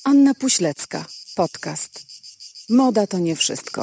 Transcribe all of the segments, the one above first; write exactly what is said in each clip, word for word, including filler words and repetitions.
Anna Puślecka, podcast. Moda to nie wszystko.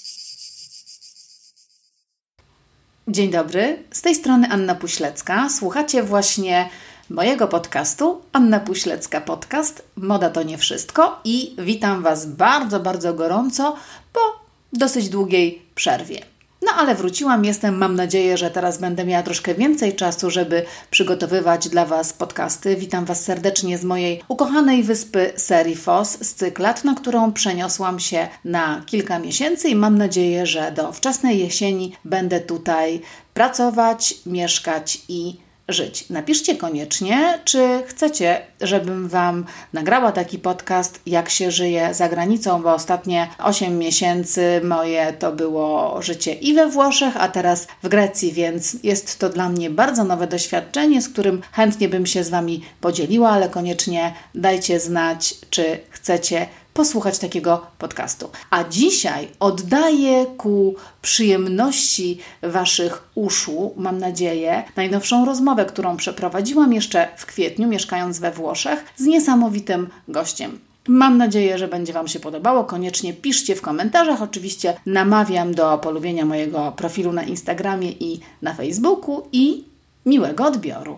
Dzień dobry, z tej strony Anna Puślecka. Słuchacie właśnie mojego podcastu Anna Puślecka Podcast. Moda to nie wszystko i witam Was bardzo, bardzo gorąco po dosyć długiej przerwie. No ale wróciłam, jestem, mam nadzieję, że teraz będę miała troszkę więcej czasu, żeby przygotowywać dla Was podcasty. Witam Was serdecznie z mojej ukochanej wyspy Serifos z Cyklat, na którą przeniosłam się na kilka miesięcy i mam nadzieję, że do wczesnej jesieni będę tutaj pracować, mieszkać i żyć. Napiszcie koniecznie, czy chcecie, żebym Wam nagrała taki podcast, jak się żyje za granicą, bo ostatnie osiem miesięcy moje to było życie i we Włoszech, a teraz w Grecji, więc jest to dla mnie bardzo nowe doświadczenie, z którym chętnie bym się z Wami podzieliła, ale koniecznie dajcie znać, czy chcecie posłuchać takiego podcastu. A dzisiaj oddaję ku przyjemności Waszych uszu, mam nadzieję, najnowszą rozmowę, którą przeprowadziłam jeszcze w kwietniu, mieszkając we Włoszech, z niesamowitym gościem. Mam nadzieję, że będzie Wam się podobało. Koniecznie piszcie w komentarzach. Oczywiście namawiam do polubienia mojego profilu na Instagramie i na Facebooku i miłego odbioru.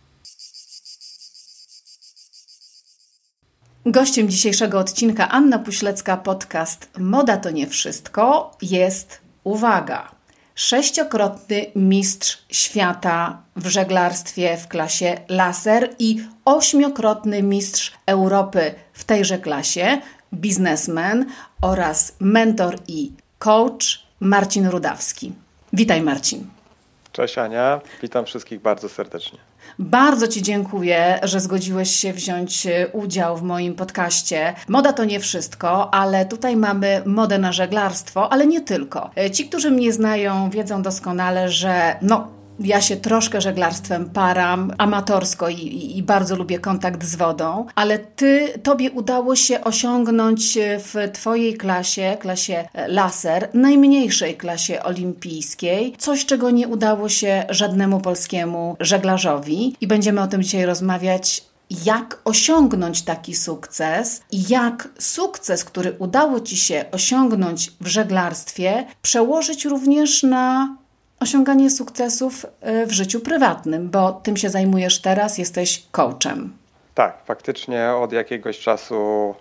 Gościem dzisiejszego odcinka Anna Puślecka podcast Moda to nie wszystko jest, uwaga, sześciokrotny mistrz świata w żeglarstwie w klasie laser i ośmiokrotny mistrz Europy w tejże klasie, biznesmen oraz mentor i coach Marcin Rudawski. Witaj, Marcin. Cześć Ania, witam wszystkich bardzo serdecznie. Bardzo Ci dziękuję, że zgodziłeś się wziąć udział w moim podcaście. Moda to nie wszystko, ale tutaj mamy modę na żeglarstwo, ale nie tylko. Ci, którzy mnie znają, wiedzą doskonale, że no, ja się troszkę żeglarstwem param, amatorsko i, i, i bardzo lubię kontakt z wodą, ale Ty, Tobie udało się osiągnąć w Twojej klasie, klasie laser, najmniejszej klasie olimpijskiej, coś, czego nie udało się żadnemu polskiemu żeglarzowi i będziemy o tym dzisiaj rozmawiać. Jak osiągnąć taki sukces i jak sukces, który udało Ci się osiągnąć w żeglarstwie, przełożyć również na osiąganie sukcesów w życiu prywatnym, bo tym się zajmujesz teraz, jesteś coachem. Tak, faktycznie od jakiegoś czasu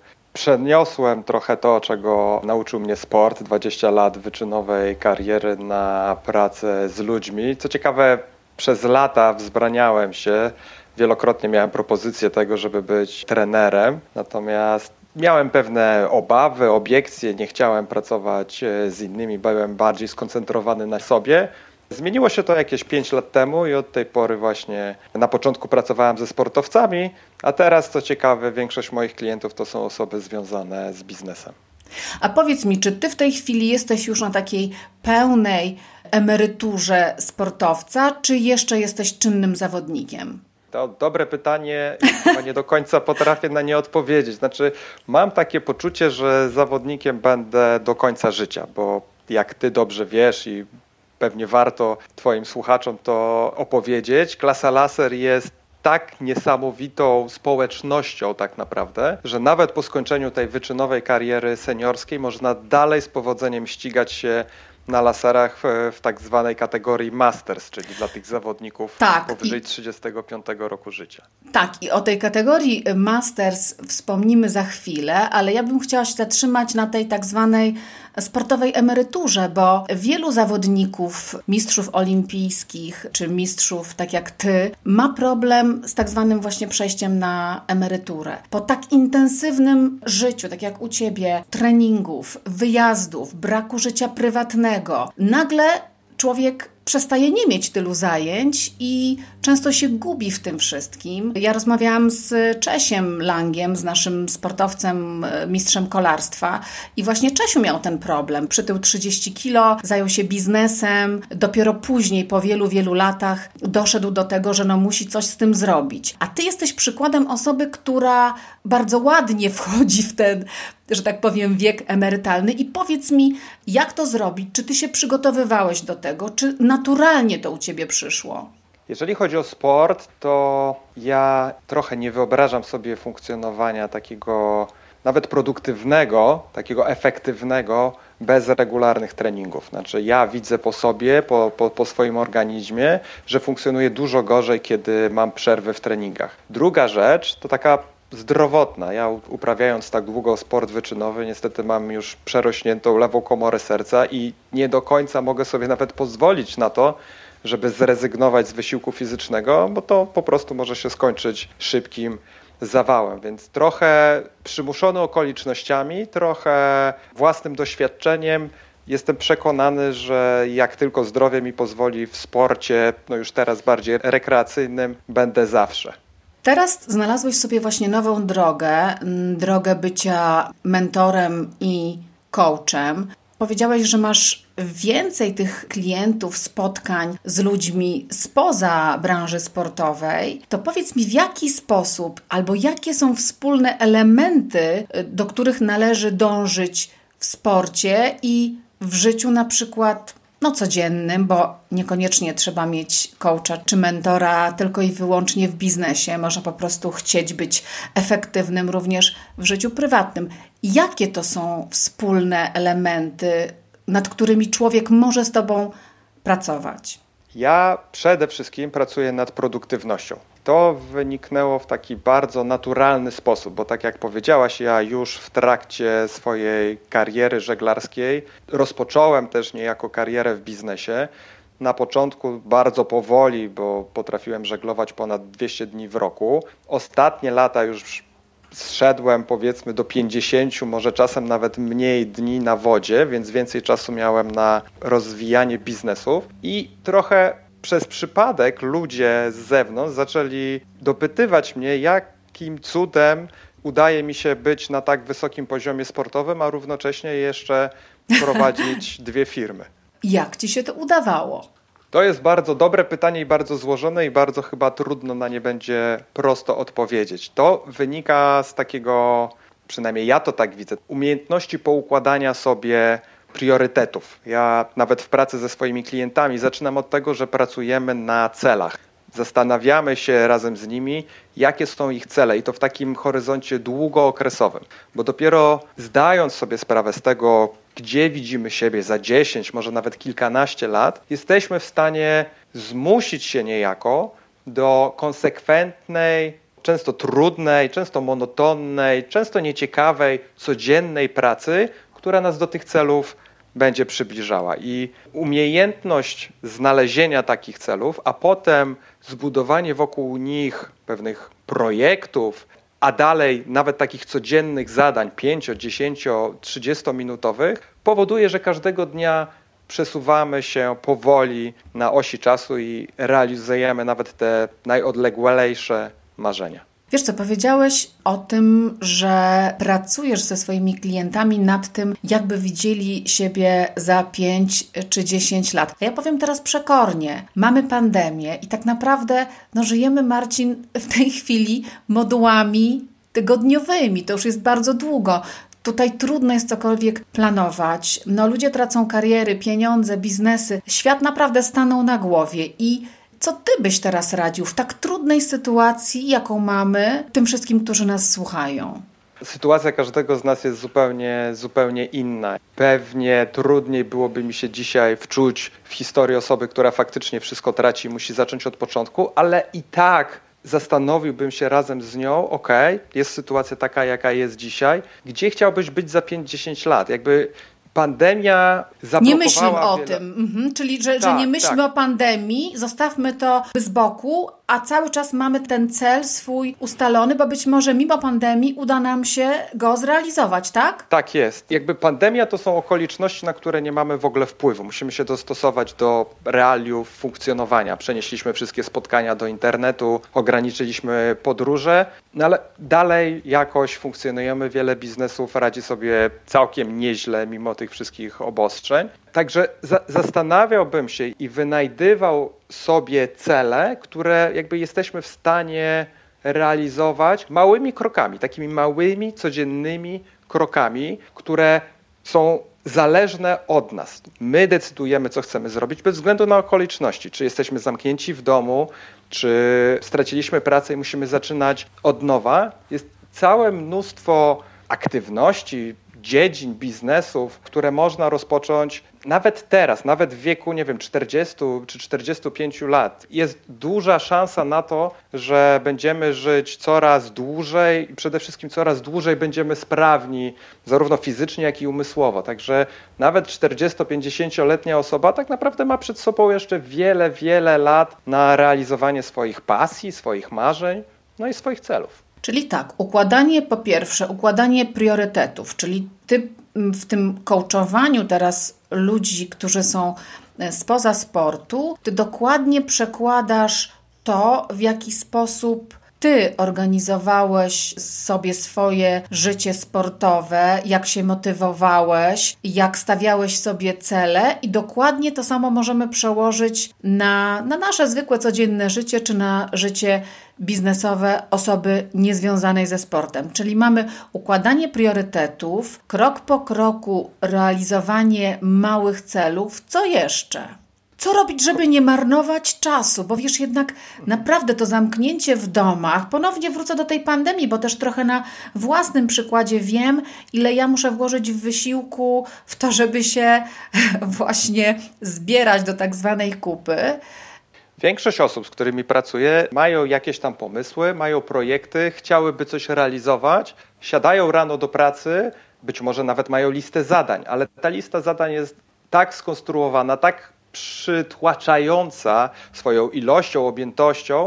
przeniosłem trochę to, czego nauczył mnie sport, dwadzieścia lat wyczynowej kariery na pracę z ludźmi. Co ciekawe, przez lata wzbraniałem się, wielokrotnie miałem propozycję tego, żeby być trenerem, natomiast miałem pewne obawy, obiekcje, nie chciałem pracować z innymi, byłem bardziej skoncentrowany na sobie. Zmieniło się to jakieś pięć lat temu i od tej pory właśnie na początku pracowałem ze sportowcami, a teraz, co ciekawe, większość moich klientów to są osoby związane z biznesem. A powiedz mi, czy Ty w tej chwili jesteś już na takiej pełnej emeryturze sportowca, czy jeszcze jesteś czynnym zawodnikiem? To dobre pytanie, chyba nie do końca potrafię na nie odpowiedzieć. Znaczy, mam takie poczucie, że zawodnikiem będę do końca życia, bo jak Ty dobrze wiesz i pewnie warto Twoim słuchaczom to opowiedzieć, klasa laser jest tak niesamowitą społecznością tak naprawdę, że nawet po skończeniu tej wyczynowej kariery seniorskiej można dalej z powodzeniem ścigać się na laserach w, w tak zwanej kategorii Masters, czyli dla tych zawodników tak, powyżej i, trzydziestego piątego roku życia. Tak, i o tej kategorii Masters wspomnimy za chwilę, ale ja bym chciała się zatrzymać na tej tak zwanej sportowej emeryturze, bo wielu zawodników, mistrzów olimpijskich czy mistrzów, tak jak Ty, ma problem z tak zwanym właśnie przejściem na emeryturę. Po tak intensywnym życiu, tak jak u Ciebie, treningów, wyjazdów, braku życia prywatnego, nagle człowiek przestaje nie mieć tylu zajęć i często się gubi w tym wszystkim. Ja rozmawiałam z Czesiem Langiem, z naszym sportowcem, mistrzem kolarstwa i właśnie Czesiu miał ten problem. Przytył trzydzieści kilo, zajął się biznesem, dopiero później, po wielu, wielu latach doszedł do tego, że no musi coś z tym zrobić. A Ty jesteś przykładem osoby, która bardzo ładnie wchodzi w ten, że tak powiem, wiek emerytalny i powiedz mi, jak to zrobić? Czy Ty się przygotowywałeś do tego? Czy naturalnie to u Ciebie przyszło? Jeżeli chodzi o sport, to ja trochę nie wyobrażam sobie funkcjonowania takiego nawet produktywnego, takiego efektywnego, bez regularnych treningów. Znaczy ja widzę po sobie, po, po, po swoim organizmie, że funkcjonuje dużo gorzej, kiedy mam przerwy w treningach. Druga rzecz to taka zdrowotna. Ja uprawiając tak długo sport wyczynowy, niestety mam już przerośniętą lewą komorę serca i nie do końca mogę sobie nawet pozwolić na to, żeby zrezygnować z wysiłku fizycznego, bo to po prostu może się skończyć szybkim zawałem. Więc trochę przymuszony okolicznościami, trochę własnym doświadczeniem jestem przekonany, że jak tylko zdrowie mi pozwoli w sporcie, no już teraz bardziej rekreacyjnym, będę zawsze. Teraz znalazłeś sobie właśnie nową drogę, drogę bycia mentorem i coachem. Powiedziałeś, że masz więcej tych klientów, spotkań z ludźmi spoza branży sportowej. To powiedz mi, w jaki sposób albo jakie są wspólne elementy, do których należy dążyć w sporcie i w życiu na przykład no codziennym, bo niekoniecznie trzeba mieć coacha czy mentora tylko i wyłącznie w biznesie. Można po prostu chcieć być efektywnym również w życiu prywatnym. Jakie to są wspólne elementy, nad którymi człowiek może z Tobą pracować? Ja przede wszystkim pracuję nad produktywnością. To wyniknęło w taki bardzo naturalny sposób, bo tak jak powiedziałaś, ja już w trakcie swojej kariery żeglarskiej rozpocząłem też niejako karierę w biznesie. Na początku bardzo powoli, bo potrafiłem żeglować ponad dwieście dni w roku. Ostatnie lata już zszedłem powiedzmy do pięćdziesięciu, może czasem nawet mniej dni na wodzie, więc więcej czasu miałem na rozwijanie biznesów i trochę przez przypadek ludzie z zewnątrz zaczęli dopytywać mnie, jakim cudem udaje mi się być na tak wysokim poziomie sportowym, a równocześnie jeszcze prowadzić dwie firmy. Jak ci się to udawało? To jest bardzo dobre pytanie i bardzo złożone i bardzo chyba trudno na nie będzie prosto odpowiedzieć. To wynika z takiego, przynajmniej ja to tak widzę, umiejętności poukładania sobie priorytetów. Ja nawet w pracy ze swoimi klientami zaczynam od tego, że pracujemy na celach. Zastanawiamy się razem z nimi, jakie są ich cele i to w takim horyzoncie długookresowym, bo dopiero zdając sobie sprawę z tego, gdzie widzimy siebie za dziesięć, może nawet kilkanaście lat, jesteśmy w stanie zmusić się niejako do konsekwentnej, często trudnej, często monotonnej, często nieciekawej, codziennej pracy, która nas do tych celów będzie przybliżała. I umiejętność znalezienia takich celów, a potem zbudowanie wokół nich pewnych projektów, a dalej nawet takich codziennych zadań pięcio, dziesięcio, trzydziestominutowych powoduje, że każdego dnia przesuwamy się powoli na osi czasu i realizujemy nawet te najodleglejsze marzenia. Wiesz co, powiedziałeś o tym, że pracujesz ze swoimi klientami nad tym, jakby widzieli siebie za pięć czy dziesięć lat. A ja powiem teraz przekornie. Mamy pandemię i tak naprawdę no, żyjemy, Marcin, w tej chwili modułami tygodniowymi. To już jest bardzo długo. Tutaj trudno jest cokolwiek planować. No, ludzie tracą kariery, pieniądze, biznesy. Świat naprawdę stanął na głowie i co ty byś teraz radził w tak trudnej sytuacji, jaką mamy, tym wszystkim, którzy nas słuchają? Sytuacja każdego z nas jest zupełnie, zupełnie inna. Pewnie trudniej byłoby mi się dzisiaj wczuć w historię osoby, która faktycznie wszystko traci i musi zacząć od początku, ale i tak zastanowiłbym się razem z nią, okej, okay, jest sytuacja taka, jaka jest dzisiaj, gdzie chciałbyś być za pięć dziesięć lat? Jakby pandemia zablokowała Nie myślmy o wiele... tym, mhm. Czyli że, tak, że nie myślmy tak. o pandemii, zostawmy to z boku, a cały czas mamy ten cel swój ustalony, bo być może mimo pandemii uda nam się go zrealizować, tak? Tak jest. Jakby pandemia to są okoliczności, na które nie mamy w ogóle wpływu. Musimy się dostosować do realiów funkcjonowania. Przenieśliśmy wszystkie spotkania do internetu, ograniczyliśmy podróże, no ale dalej jakoś funkcjonujemy. Wiele biznesów radzi sobie całkiem nieźle mimo tych wszystkich obostrzeń. Także za- zastanawiałbym się i wynajdywał sobie cele, które jakby jesteśmy w stanie realizować małymi krokami, takimi małymi, codziennymi krokami, które są zależne od nas. My decydujemy, co chcemy zrobić bez względu na okoliczności. Czy jesteśmy zamknięci w domu, czy straciliśmy pracę i musimy zaczynać od nowa. Jest całe mnóstwo aktywności, dziedzin, biznesów, które można rozpocząć nawet teraz, nawet w wieku, nie wiem, czterdziestu czy czterdziestu pięciu lat. Jest duża szansa na to, że będziemy żyć coraz dłużej i przede wszystkim coraz dłużej będziemy sprawni, zarówno fizycznie, jak i umysłowo. Także nawet czterdziesto-pięćdziesięcioletnia osoba tak naprawdę ma przed sobą jeszcze wiele, wiele lat na realizowanie swoich pasji, swoich marzeń, no i swoich celów. Czyli tak, układanie po pierwsze, układanie priorytetów, czyli ty w tym coachowaniu teraz ludzi, którzy są spoza sportu, ty dokładnie przekładasz to, w jaki sposób ty organizowałeś sobie swoje życie sportowe, jak się motywowałeś, jak stawiałeś sobie cele i dokładnie to samo możemy przełożyć na, na nasze zwykłe, codzienne życie, czy na życie biznesowe osoby niezwiązanej ze sportem. Czyli mamy układanie priorytetów, krok po kroku realizowanie małych celów. Co jeszcze? Co robić, żeby nie marnować czasu? Bo wiesz, jednak naprawdę to zamknięcie w domach, ponownie wrócę do tej pandemii, bo też trochę na własnym przykładzie wiem, ile ja muszę włożyć w wysiłku w to, żeby się właśnie zbierać do tak zwanej kupy. Większość osób, z którymi pracuję, mają jakieś tam pomysły, mają projekty, chciałyby coś realizować, siadają rano do pracy, być może nawet mają listę zadań, ale ta lista zadań jest tak skonstruowana, tak przytłaczająca swoją ilością, objętością,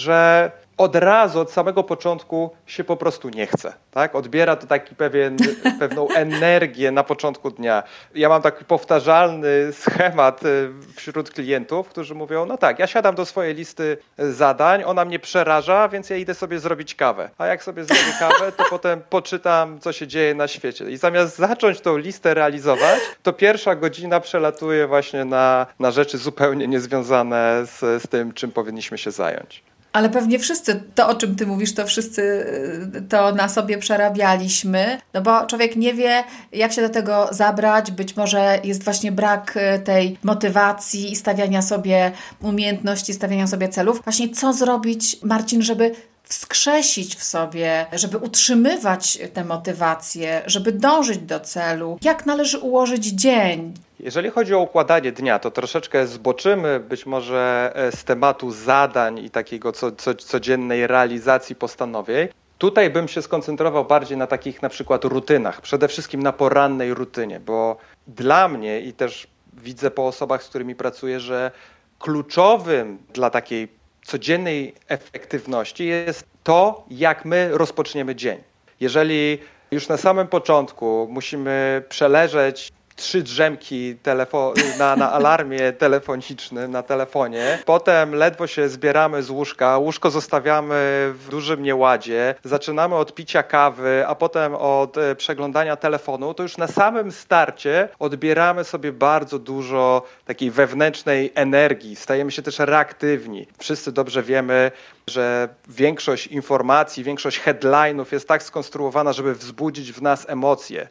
że od razu, od samego początku się po prostu nie chce. Tak? Odbiera to taki pewien, pewną energię na początku dnia. Ja mam taki powtarzalny schemat wśród klientów, którzy mówią, no tak, ja siadam do swojej listy zadań, ona mnie przeraża, więc ja idę sobie zrobić kawę. A jak sobie zrobię kawę, to potem poczytam, co się dzieje na świecie. I zamiast zacząć tą listę realizować, to pierwsza godzina przelatuje właśnie na, na rzeczy zupełnie niezwiązane z, z tym, czym powinniśmy się zająć. Ale pewnie wszyscy, to o czym ty mówisz, to wszyscy to na sobie przerabialiśmy, no bo człowiek nie wie, jak się do tego zabrać, być może jest właśnie brak tej motywacji i stawiania sobie umiejętności, stawiania sobie celów. Właśnie co zrobić, Marcin, żeby wskrzesić w sobie, żeby utrzymywać tę motywację, żeby dążyć do celu? Jak należy ułożyć dzień? Jeżeli chodzi o układanie dnia, to troszeczkę zboczymy być może z tematu zadań i takiego co, co, codziennej realizacji postanowień. Tutaj bym się skoncentrował bardziej na takich na przykład rutynach, przede wszystkim na porannej rutynie, bo dla mnie i też widzę po osobach, z którymi pracuję, że kluczowym dla takiej codziennej efektywności jest to, jak my rozpoczniemy dzień. Jeżeli już na samym początku musimy przeleżeć trzy drzemki telefo- na, na alarmie telefonicznym, na telefonie. Potem ledwo się zbieramy z łóżka, łóżko zostawiamy w dużym nieładzie, zaczynamy od picia kawy, a potem od e, przeglądania telefonu, to już na samym starcie odbieramy sobie bardzo dużo takiej wewnętrznej energii, stajemy się też reaktywni. Wszyscy dobrze wiemy, że większość informacji, większość headline'ów jest tak skonstruowana, żeby wzbudzić w nas emocje.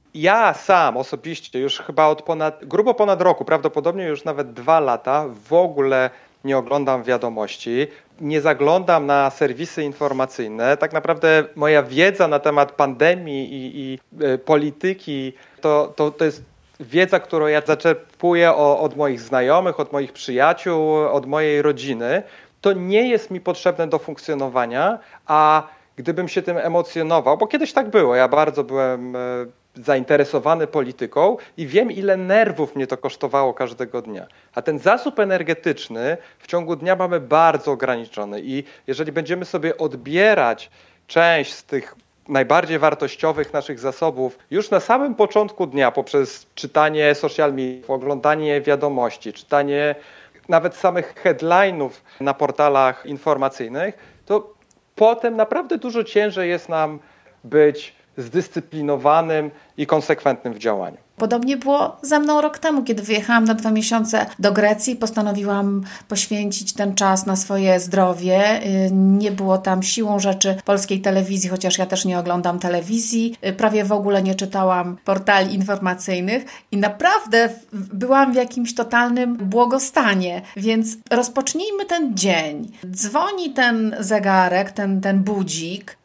Ja sam osobiście już chyba od ponad, grubo ponad roku, prawdopodobnie już nawet dwa lata w ogóle nie oglądam wiadomości, nie zaglądam na serwisy informacyjne. Tak naprawdę moja wiedza na temat pandemii i, i y, polityki to, to, to jest wiedza, którą ja zaczerpuję o, od moich znajomych, od moich przyjaciół, od mojej rodziny. To nie jest mi potrzebne do funkcjonowania, a gdybym się tym emocjonował, bo kiedyś tak było, ja bardzo byłem y, zainteresowany polityką i wiem, ile nerwów mnie to kosztowało każdego dnia. A ten zasób energetyczny w ciągu dnia mamy bardzo ograniczony i jeżeli będziemy sobie odbierać część z tych najbardziej wartościowych naszych zasobów już na samym początku dnia poprzez czytanie social media, oglądanie wiadomości, czytanie nawet samych headline'ów na portalach informacyjnych, to potem naprawdę dużo ciężej jest nam być zdyscyplinowanym i konsekwentnym w działaniu. Podobnie było ze mną rok temu, kiedy wyjechałam na dwa miesiące do Grecji. Postanowiłam poświęcić ten czas na swoje zdrowie. Nie było tam siłą rzeczy polskiej telewizji, chociaż ja też nie oglądam telewizji. Prawie w ogóle nie czytałam portali informacyjnych i naprawdę byłam w jakimś totalnym błogostanie. Więc rozpocznijmy ten dzień. Dzwoni ten zegarek, ten, ten budzik.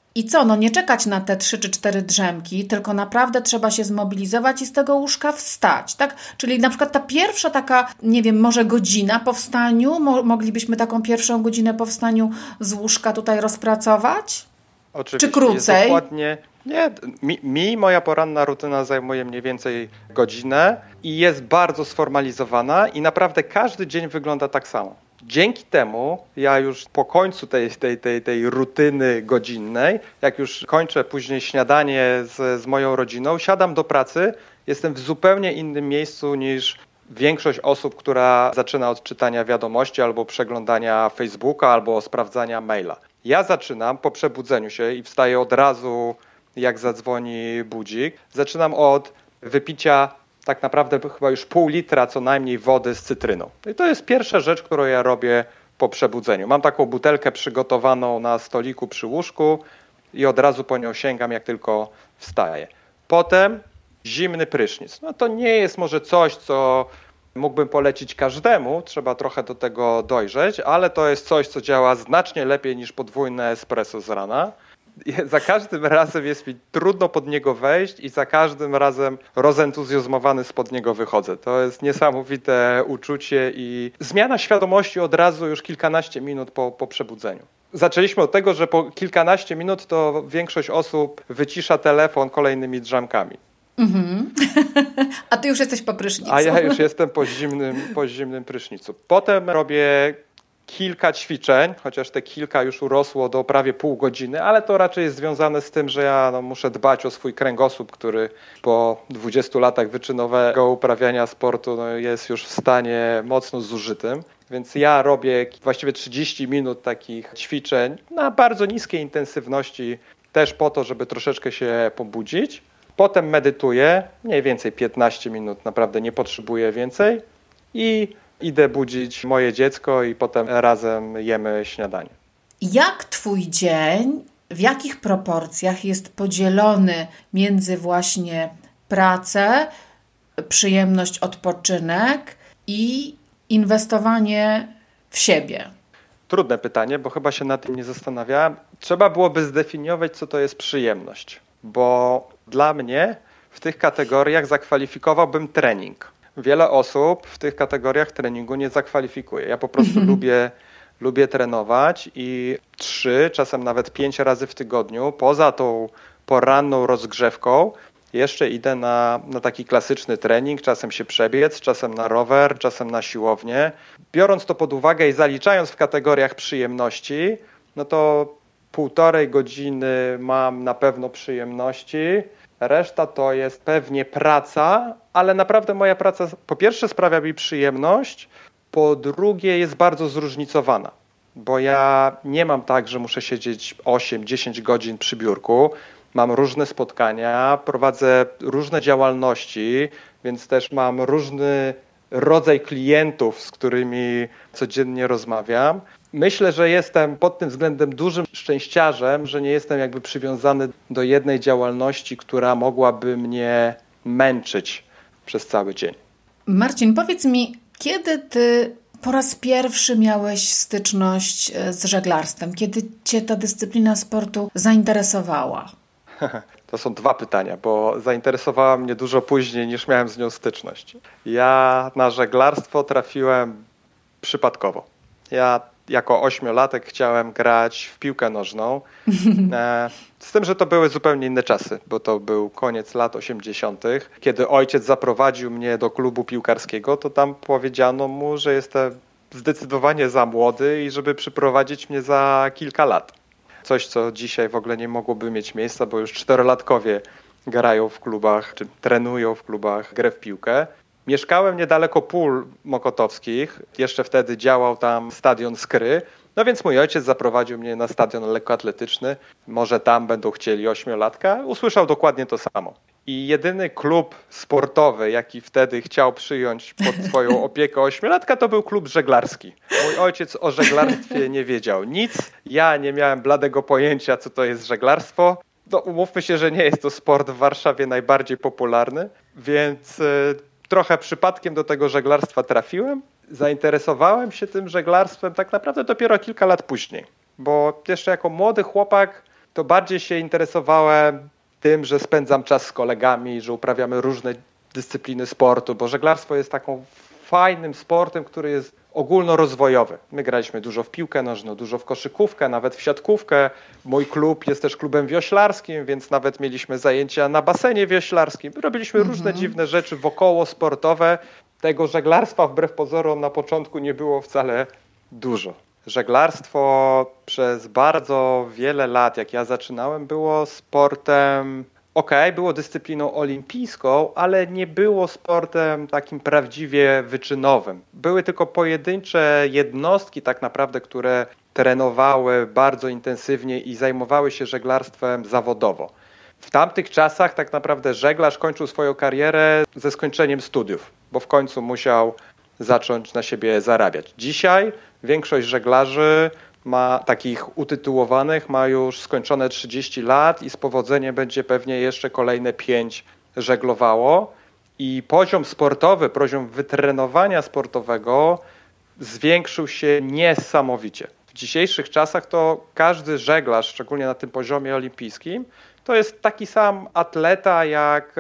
I co, no nie czekać na te trzy czy cztery drzemki, tylko naprawdę trzeba się zmobilizować i z tego łóżka wstać, tak? Czyli na przykład ta pierwsza taka, nie wiem, może godzina po wstaniu, mo- moglibyśmy taką pierwszą godzinę po wstaniu z łóżka tutaj rozpracować? Oczywiście, czy krócej? Dokładnie. Nie, mi, mi moja poranna rutyna zajmuje mniej więcej godzinę i jest bardzo sformalizowana i naprawdę każdy dzień wygląda tak samo. Dzięki temu ja już po końcu tej, tej, tej, tej rutyny godzinnej, jak już kończę później śniadanie z, z moją rodziną, siadam do pracy, jestem w zupełnie innym miejscu niż większość osób, która zaczyna od czytania wiadomości albo przeglądania Facebooka albo sprawdzania maila. Ja zaczynam po przebudzeniu się i wstaję od razu, jak zadzwoni budzik. Zaczynam od wypicia tak naprawdę chyba już pół litra co najmniej wody z cytryną. I to jest pierwsza rzecz, którą ja robię po przebudzeniu. Mam taką butelkę przygotowaną na stoliku przy łóżku i od razu po nią sięgam, jak tylko wstaję. Potem zimny prysznic. No to nie jest może coś, co mógłbym polecić każdemu, trzeba trochę do tego dojrzeć, ale to jest coś, co działa znacznie lepiej niż podwójne espresso z rana. I za każdym razem jest mi trudno pod niego wejść i za każdym razem rozentuzjazmowany spod niego wychodzę. To jest niesamowite uczucie i zmiana świadomości od razu już kilkanaście minut po, po przebudzeniu. Zaczęliśmy od tego, że po kilkanaście minut to większość osób wycisza telefon kolejnymi drzemkami. Mm-hmm. A ty już jesteś po prysznicu. A ja już jestem po zimnym, po zimnym prysznicu. Potem robię kilka ćwiczeń, chociaż te kilka już urosło do prawie pół godziny, ale to raczej jest związane z tym, że ja no, muszę dbać o swój kręgosłup, który po dwudziestu latach wyczynowego uprawiania sportu no, jest już w stanie mocno zużytym. Więc ja robię właściwie trzydzieści minut takich ćwiczeń na bardzo niskiej intensywności, też po to, żeby troszeczkę się pobudzić. Potem medytuję, mniej więcej piętnaście minut, naprawdę nie potrzebuję więcej i idę budzić moje dziecko i potem razem jemy śniadanie. Jak twój dzień, w jakich proporcjach jest podzielony między właśnie pracę, przyjemność, odpoczynek i inwestowanie w siebie? Trudne pytanie, bo chyba się nad tym nie zastanawiałem. Trzeba byłoby zdefiniować, co to jest przyjemność, bo dla mnie w tych kategoriach zakwalifikowałbym trening. Wiele osób w tych kategoriach treningu nie zakwalifikuje. Ja po prostu lubię, lubię trenować i trzy, czasem nawet pięć razy w tygodniu, poza tą poranną rozgrzewką, jeszcze idę na, na taki klasyczny trening, czasem się przebiec, czasem na rower, czasem na siłownię. Biorąc to pod uwagę i zaliczając w kategoriach przyjemności, no to półtorej godziny mam na pewno przyjemności. Reszta to jest pewnie praca, ale naprawdę moja praca po pierwsze sprawia mi przyjemność, po drugie jest bardzo zróżnicowana, bo ja nie mam tak, że muszę siedzieć osiem dziesięć godzin przy biurku. Mam różne spotkania, prowadzę różne działalności, więc też mam różny rodzaj klientów, z którymi codziennie rozmawiam. Myślę, że jestem pod tym względem dużym szczęściarzem, że nie jestem jakby przywiązany do jednej działalności, która mogłaby mnie męczyć przez cały dzień. Marcin, powiedz mi, kiedy ty po raz pierwszy miałeś styczność z żeglarstwem? Kiedy cię ta dyscyplina sportu zainteresowała? To są dwa pytania, bo zainteresowała mnie dużo później niż miałem z nią styczność. Ja na żeglarstwo trafiłem przypadkowo. Ja jako ośmiolatek chciałem grać w piłkę nożną, z tym, że to były zupełnie inne czasy, bo to był koniec lat osiemdziesiątych. Kiedy ojciec zaprowadził mnie do klubu piłkarskiego, to tam powiedziano mu, że jestem zdecydowanie za młody i żeby przyprowadzić mnie za kilka lat. Coś, co dzisiaj w ogóle nie mogłoby mieć miejsca, bo już czterolatkowie grają w klubach, czy trenują w klubach grę w piłkę. Mieszkałem niedaleko Pól Mokotowskich, jeszcze wtedy działał tam stadion Skry, no więc mój ojciec zaprowadził mnie na stadion lekkoatletyczny, może tam będą chcieli ośmiolatka, usłyszał dokładnie to samo. I jedyny klub sportowy, jaki wtedy chciał przyjąć pod swoją opiekę ośmiolatka, to był klub żeglarski. Mój ojciec o żeglarstwie nie wiedział nic, ja nie miałem bladego pojęcia, co to jest żeglarstwo. No, umówmy się, że nie jest to sport w Warszawie najbardziej popularny, więc y, trochę przypadkiem do tego żeglarstwa trafiłem. Zainteresowałem się tym żeglarstwem tak naprawdę dopiero kilka lat później, bo jeszcze jako młody chłopak to bardziej się interesowałem tym, że spędzam czas z kolegami, że uprawiamy różne dyscypliny sportu, bo żeglarstwo jest taką fajnym sportem, który jest ogólnorozwojowy. My graliśmy dużo w piłkę nożną, dużo w koszykówkę, nawet w siatkówkę. Mój klub jest też klubem wioślarskim, więc nawet mieliśmy zajęcia na basenie wioślarskim. Robiliśmy mhm. różne dziwne rzeczy wokoło sportowe. Tego żeglarstwa wbrew pozorom na początku nie było wcale dużo. Żeglarstwo przez bardzo wiele lat, jak ja zaczynałem, było sportem, okej, okay, było dyscypliną olimpijską, ale nie było sportem takim prawdziwie wyczynowym. Były tylko pojedyncze jednostki tak naprawdę, które trenowały bardzo intensywnie i zajmowały się żeglarstwem zawodowo. W tamtych czasach tak naprawdę żeglarz kończył swoją karierę ze skończeniem studiów, bo w końcu musiał zacząć na siebie zarabiać. Dzisiaj większość żeglarzy ma takich utytułowanych, ma już skończone trzydzieści lat i z powodzeniem będzie pewnie jeszcze kolejne pięć żeglowało. I poziom sportowy, poziom wytrenowania sportowego zwiększył się niesamowicie. W dzisiejszych czasach to każdy żeglarz, szczególnie na tym poziomie olimpijskim, to jest taki sam atleta jak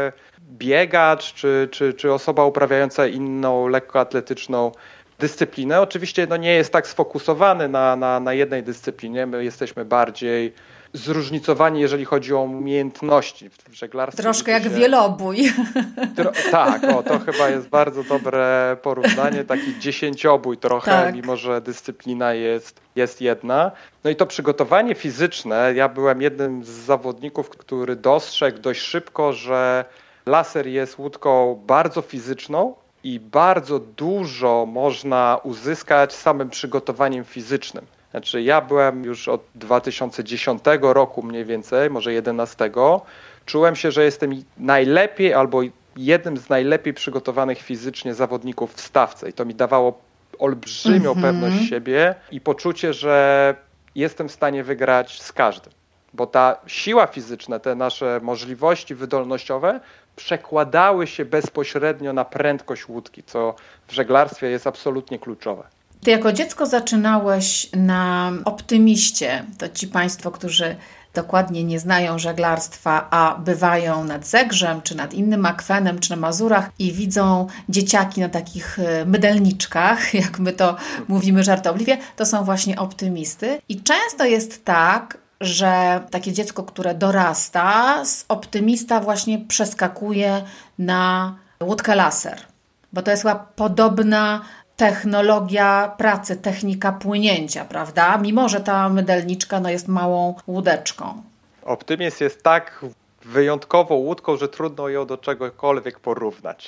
biegacz czy, czy, czy osoba uprawiająca inną lekkoatletyczną dyscyplinę. Oczywiście no, nie jest tak sfokusowany na, na, na jednej dyscyplinie. My jesteśmy bardziej zróżnicowani, jeżeli chodzi o umiejętności w żeglarstwie. Troszkę jak się... wielobój. Tro... Tak, o, to chyba jest bardzo dobre porównanie. Taki dziesięciobój trochę, tak. Mimo że dyscyplina jest, jest jedna. No i to przygotowanie fizyczne. Ja byłem jednym z zawodników, który dostrzegł dość szybko, że laser jest łódką bardzo fizyczną i bardzo dużo można uzyskać samym przygotowaniem fizycznym. Znaczy ja byłem już od dwa tysiące dziesiątego roku mniej więcej, może jedenastego, czułem się, że jestem najlepiej albo jednym z najlepiej przygotowanych fizycznie zawodników w stawce i to mi dawało olbrzymią mm-hmm. pewność siebie i poczucie, że jestem w stanie wygrać z każdym. Bo ta siła fizyczna, te nasze możliwości wydolnościowe przekładały się bezpośrednio na prędkość łódki, co w żeglarstwie jest absolutnie kluczowe. Ty jako dziecko zaczynałeś na Optymiście. To ci Państwo, którzy dokładnie nie znają żeglarstwa, a bywają nad Zegrzem, czy nad innym akwenem, czy na Mazurach i widzą dzieciaki na takich mydelniczkach, jak my to mówimy żartobliwie, to są właśnie optymisty. I często jest tak, że takie dziecko, które dorasta, z optymista właśnie przeskakuje na łódkę laser, bo to jest chyba podobna technologia pracy, technika płynięcia, prawda? Mimo że ta mydelniczka no, jest małą łódeczką. Optymizm jest tak wyjątkową łódką, że trudno ją do czegokolwiek porównać.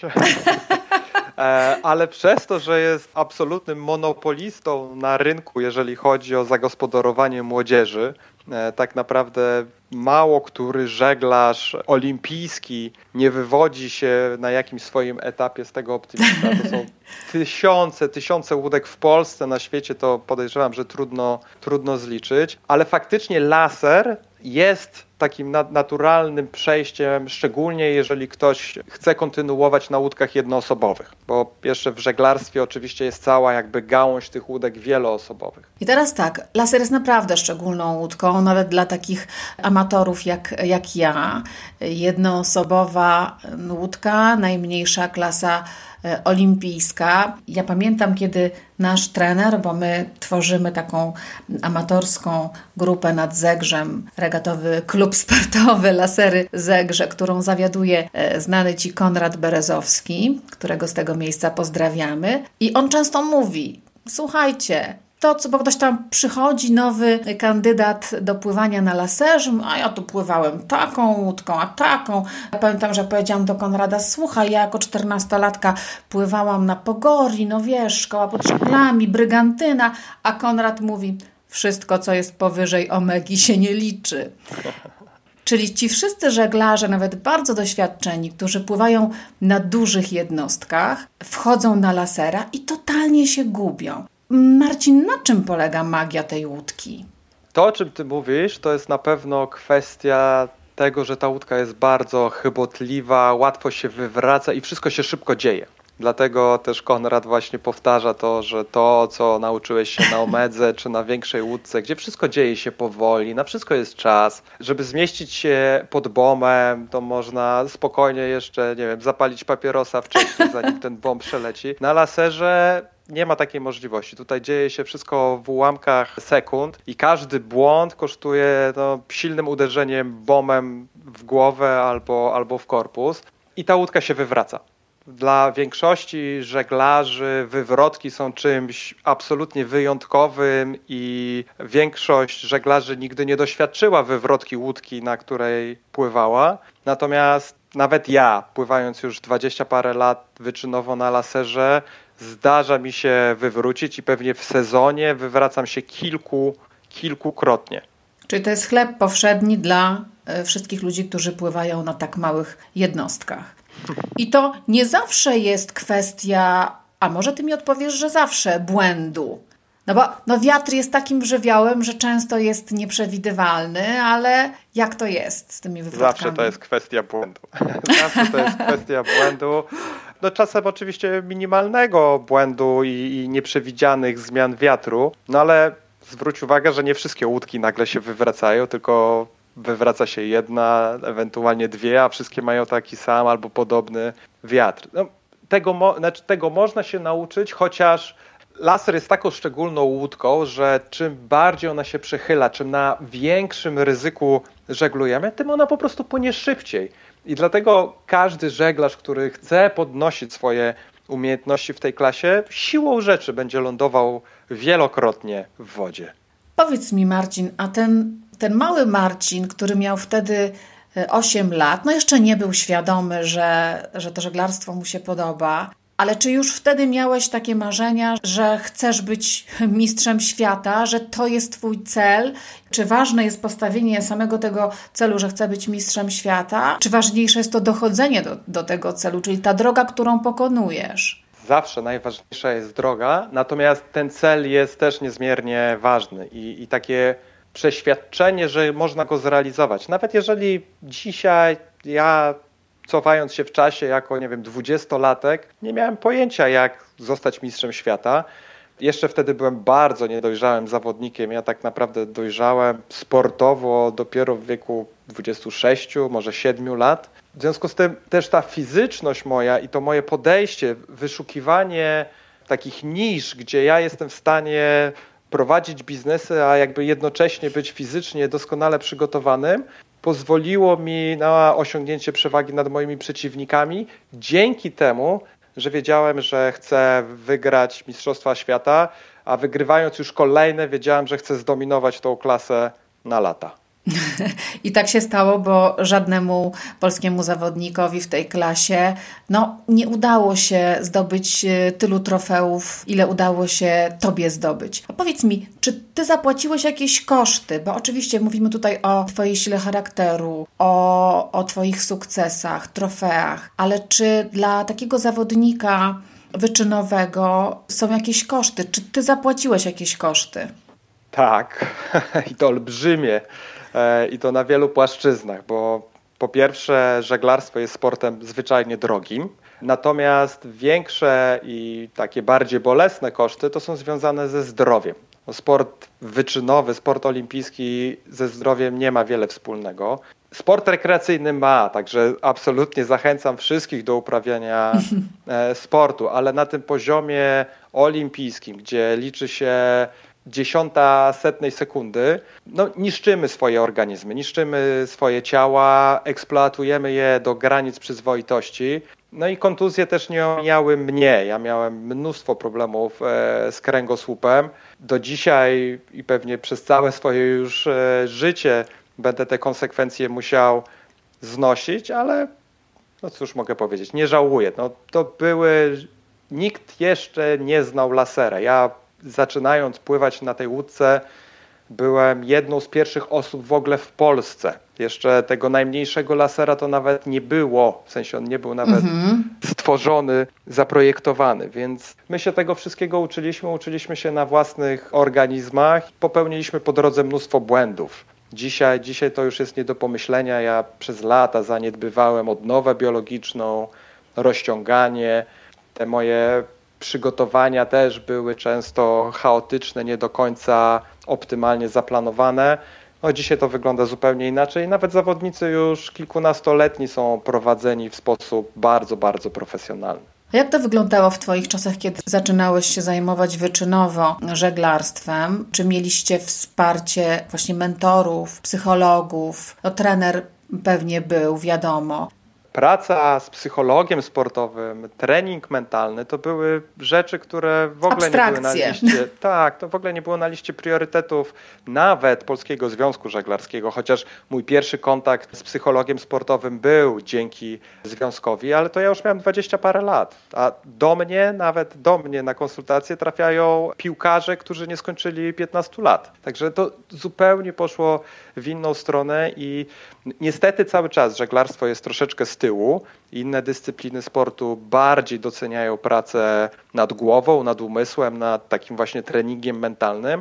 Ale przez to, że jest absolutnym monopolistą na rynku, jeżeli chodzi o zagospodarowanie młodzieży, tak naprawdę mało który żeglarz olimpijski nie wywodzi się na jakimś swoim etapie z tego optymista. To są tysiące, tysiące łódek w Polsce, na świecie to podejrzewam, że trudno, trudno zliczyć, ale faktycznie laser jest takim naturalnym przejściem, szczególnie jeżeli ktoś chce kontynuować na łódkach jednoosobowych, bo jeszcze w żeglarstwie oczywiście jest cała jakby gałąź tych łódek wieloosobowych. I teraz tak, laser jest naprawdę szczególną łódką, nawet dla takich amatorów jak, jak ja. Jednoosobowa łódka, najmniejsza klasa olimpijska. Ja pamiętam, kiedy nasz trener, bo my tworzymy taką amatorską grupę nad Zegrzem, regatowy klub sportowy Lasery Zegrze, którą zawiaduje znany Ci Konrad Berezowski, którego z tego miejsca pozdrawiamy. I on często mówi, słuchajcie, to, co, bo ktoś tam przychodzi, nowy kandydat do pływania na laserze, a ja tu pływałem taką łódką, a taką. Ja pamiętam, że powiedziałam do Konrada, słuchaj, ja jako czternastolatka pływałam na Pogori, no wiesz, szkoła pod szkolami, Brygantyna, a Konrad mówi, wszystko, co jest powyżej omegi się nie liczy. Czyli ci wszyscy żeglarze, nawet bardzo doświadczeni, którzy pływają na dużych jednostkach, wchodzą na lasera i totalnie się gubią. Marcin, na czym polega magia tej łódki? To, o czym ty mówisz, to jest na pewno kwestia tego, że ta łódka jest bardzo chybotliwa, łatwo się wywraca i wszystko się szybko dzieje. Dlatego też Konrad właśnie powtarza to, że to, co nauczyłeś się na omedze czy na większej łódce, gdzie wszystko dzieje się powoli, na wszystko jest czas, żeby zmieścić się pod bomem, to można spokojnie jeszcze, nie wiem, zapalić papierosa wcześniej, zanim ten bomb przeleci. Na laserze nie ma takiej możliwości. Tutaj dzieje się wszystko w ułamkach sekund i każdy błąd kosztuje no, silnym uderzeniem bombem w głowę albo, albo w korpus i ta łódka się wywraca. Dla większości żeglarzy wywrotki są czymś absolutnie wyjątkowym i większość żeglarzy nigdy nie doświadczyła wywrotki łódki, na której pływała. Natomiast nawet ja, pływając już dwadzieścia parę lat wyczynowo na laserze, zdarza mi się wywrócić i pewnie w sezonie wywracam się kilku, kilkukrotnie. Czyli to jest chleb powszedni dla wszystkich ludzi, którzy pływają na tak małych jednostkach. I to nie zawsze jest kwestia, a może ty mi odpowiesz, że zawsze, błędu. No bo no wiatr jest takim żywiołem, że często jest nieprzewidywalny, ale jak to jest z tymi wywrotkami? Zawsze to jest kwestia błędu. Zawsze to jest kwestia błędu. No czasem oczywiście minimalnego błędu i, i nieprzewidzianych zmian wiatru, no ale zwróć uwagę, że nie wszystkie łódki nagle się wywracają, tylko wywraca się jedna, ewentualnie dwie, a wszystkie mają taki sam albo podobny wiatr. No, tego, mo- znaczy, tego można się nauczyć, chociaż laser jest taką szczególną łódką, że czym bardziej ona się przechyla, czym na większym ryzyku żeglujemy, tym ona po prostu płynie szybciej. I dlatego każdy żeglarz, który chce podnosić swoje umiejętności w tej klasie, siłą rzeczy będzie lądował wielokrotnie w wodzie. Powiedz mi, Marcin, a ten, ten mały Marcin, który miał wtedy osiem lat, no jeszcze nie był świadomy, że, że to żeglarstwo mu się podoba, ale czy już wtedy miałeś takie marzenia, że chcesz być mistrzem świata, że to jest twój cel? Czy ważne jest postawienie samego tego celu, że chcę być mistrzem świata? Czy ważniejsze jest to dochodzenie do, do tego celu, czyli ta droga, którą pokonujesz? Zawsze najważniejsza jest droga, natomiast ten cel jest też niezmiernie ważny i, i takie przeświadczenie, że można go zrealizować. Nawet jeżeli dzisiaj ja, cofając się w czasie jako, nie wiem, dwudziestolatek, nie miałem pojęcia, jak zostać mistrzem świata. Jeszcze wtedy byłem bardzo niedojrzałym zawodnikiem. Ja tak naprawdę dojrzałem sportowo dopiero w wieku dwudziestu sześciu, może siedmiu lat. W związku z tym też ta fizyczność moja i to moje podejście, wyszukiwanie takich nisz, gdzie ja jestem w stanie prowadzić biznesy, a jakby jednocześnie być fizycznie doskonale przygotowanym, pozwoliło mi na osiągnięcie przewagi nad moimi przeciwnikami dzięki temu, że wiedziałem, że chcę wygrać Mistrzostwa Świata, a wygrywając już kolejne wiedziałem, że chcę zdominować tą klasę na lata. I tak się stało, bo żadnemu polskiemu zawodnikowi w tej klasie no, nie udało się zdobyć tylu trofeów, ile udało się tobie zdobyć. A powiedz mi, czy ty zapłaciłeś jakieś koszty? Bo oczywiście mówimy tutaj o twojej sile charakteru, o, o twoich sukcesach, trofeach, ale czy dla takiego zawodnika wyczynowego są jakieś koszty? Czy ty zapłaciłeś jakieś koszty? Tak, i to olbrzymie. I to na wielu płaszczyznach, bo po pierwsze żeglarstwo jest sportem zwyczajnie drogim, natomiast większe i takie bardziej bolesne koszty to są związane ze zdrowiem. No, sport wyczynowy, sport olimpijski ze zdrowiem nie ma wiele wspólnego. Sport rekreacyjny ma, także absolutnie zachęcam wszystkich do uprawiania sportu, ale na tym poziomie olimpijskim, gdzie liczy się dziesiąta setnej sekundy, no niszczymy swoje organizmy, niszczymy swoje ciała, eksploatujemy je do granic przyzwoitości. No i kontuzje też nie omijały mnie. Ja miałem mnóstwo problemów e, z kręgosłupem. Do dzisiaj i pewnie przez całe swoje już e, życie będę te konsekwencje musiał znosić, ale no cóż mogę powiedzieć, nie żałuję. No, to były... Nikt jeszcze nie znał lasera. Ja zaczynając pływać na tej łódce, byłem jedną z pierwszych osób w ogóle w Polsce. Jeszcze tego najmniejszego lasera to nawet nie było, w sensie on nie był nawet mm-hmm. stworzony, zaprojektowany, więc my się tego wszystkiego uczyliśmy, uczyliśmy się na własnych organizmach, popełniliśmy po drodze mnóstwo błędów. Dzisiaj, dzisiaj to już jest nie do pomyślenia, ja przez lata zaniedbywałem odnowę biologiczną, rozciąganie. Te moje przygotowania też były często chaotyczne, nie do końca optymalnie zaplanowane. No, dzisiaj to wygląda zupełnie inaczej. Nawet zawodnicy już kilkunastoletni są prowadzeni w sposób bardzo, bardzo profesjonalny. A jak to wyglądało w Twoich czasach, kiedy zaczynałeś się zajmować wyczynowo żeglarstwem? Czy mieliście wsparcie właśnie mentorów, psychologów? No, trener pewnie był, wiadomo. Praca z psychologiem sportowym, trening mentalny to były rzeczy, które w ogóle nie były na liście. Tak, to w ogóle nie było na liście priorytetów nawet Polskiego Związku Żeglarskiego, chociaż mój pierwszy kontakt z psychologiem sportowym był dzięki związkowi, ale to ja już miałem dwadzieścia parę lat, a do mnie, nawet do mnie na konsultacje trafiają piłkarze, którzy nie skończyli piętnastu lat. Także to zupełnie poszło w inną stronę i niestety cały czas żeglarstwo jest troszeczkę z tyłu. Inne dyscypliny sportu bardziej doceniają pracę nad głową, nad umysłem, nad takim właśnie treningiem mentalnym.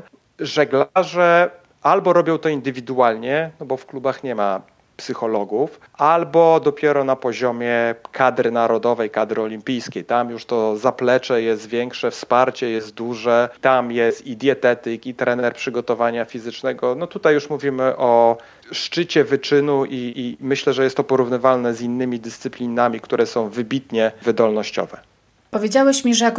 Żeglarze albo robią to indywidualnie, no bo w klubach nie ma psychologów, albo dopiero na poziomie kadry narodowej, kadry olimpijskiej. Tam już to zaplecze jest większe, wsparcie jest duże, tam jest i dietetyk, i trener przygotowania fizycznego. No tutaj już mówimy o szczycie wyczynu i, i myślę, że jest to porównywalne z innymi dyscyplinami, które są wybitnie wydolnościowe. Powiedziałeś mi, że jako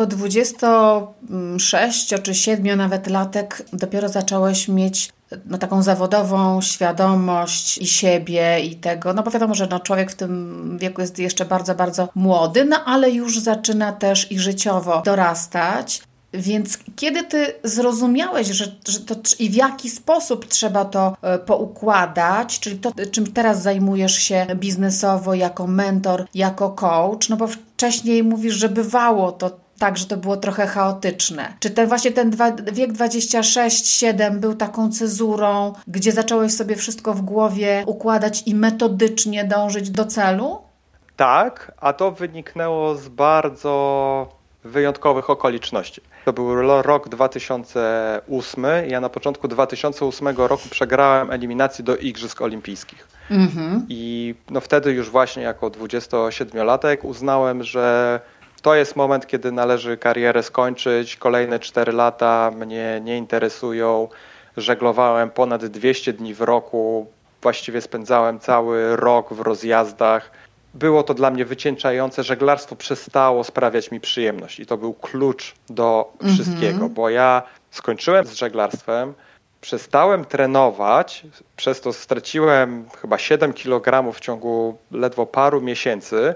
dwudziestosześcio czy siedmiu nawet latek dopiero zacząłeś mieć no, taką zawodową świadomość i siebie i tego, no bo wiadomo, że no, człowiek w tym wieku jest jeszcze bardzo, bardzo młody, no ale już zaczyna też i życiowo dorastać. Więc kiedy ty zrozumiałeś, że, że to i w jaki sposób trzeba to poukładać, czyli to, czym teraz zajmujesz się biznesowo, jako mentor, jako coach, no bo wcześniej mówisz, że bywało to tak, że to było trochę chaotyczne. Czy ten właśnie ten dwa, wiek dwadzieścia sześć siedem był taką cezurą, gdzie zacząłeś sobie wszystko w głowie układać i metodycznie dążyć do celu? Tak, a to wyniknęło z bardzo wyjątkowych okoliczności. To był rok dwa tysiące ósmy. Ja na początku dwa tysiące ósmego roku przegrałem eliminację do Igrzysk Olimpijskich. Mm-hmm. I no wtedy już właśnie jako dwudziestosiedmiolatek uznałem, że to jest moment, kiedy należy karierę skończyć. Kolejne cztery lata mnie nie interesują. Żeglowałem ponad dwieście dni w roku. Właściwie spędzałem cały rok w rozjazdach. Było to dla mnie wycieńczające. Żeglarstwo przestało sprawiać mi przyjemność i to był klucz do mm-hmm. wszystkiego, bo ja skończyłem z żeglarstwem, przestałem trenować, przez to straciłem chyba siedem kilogramów w ciągu ledwo paru miesięcy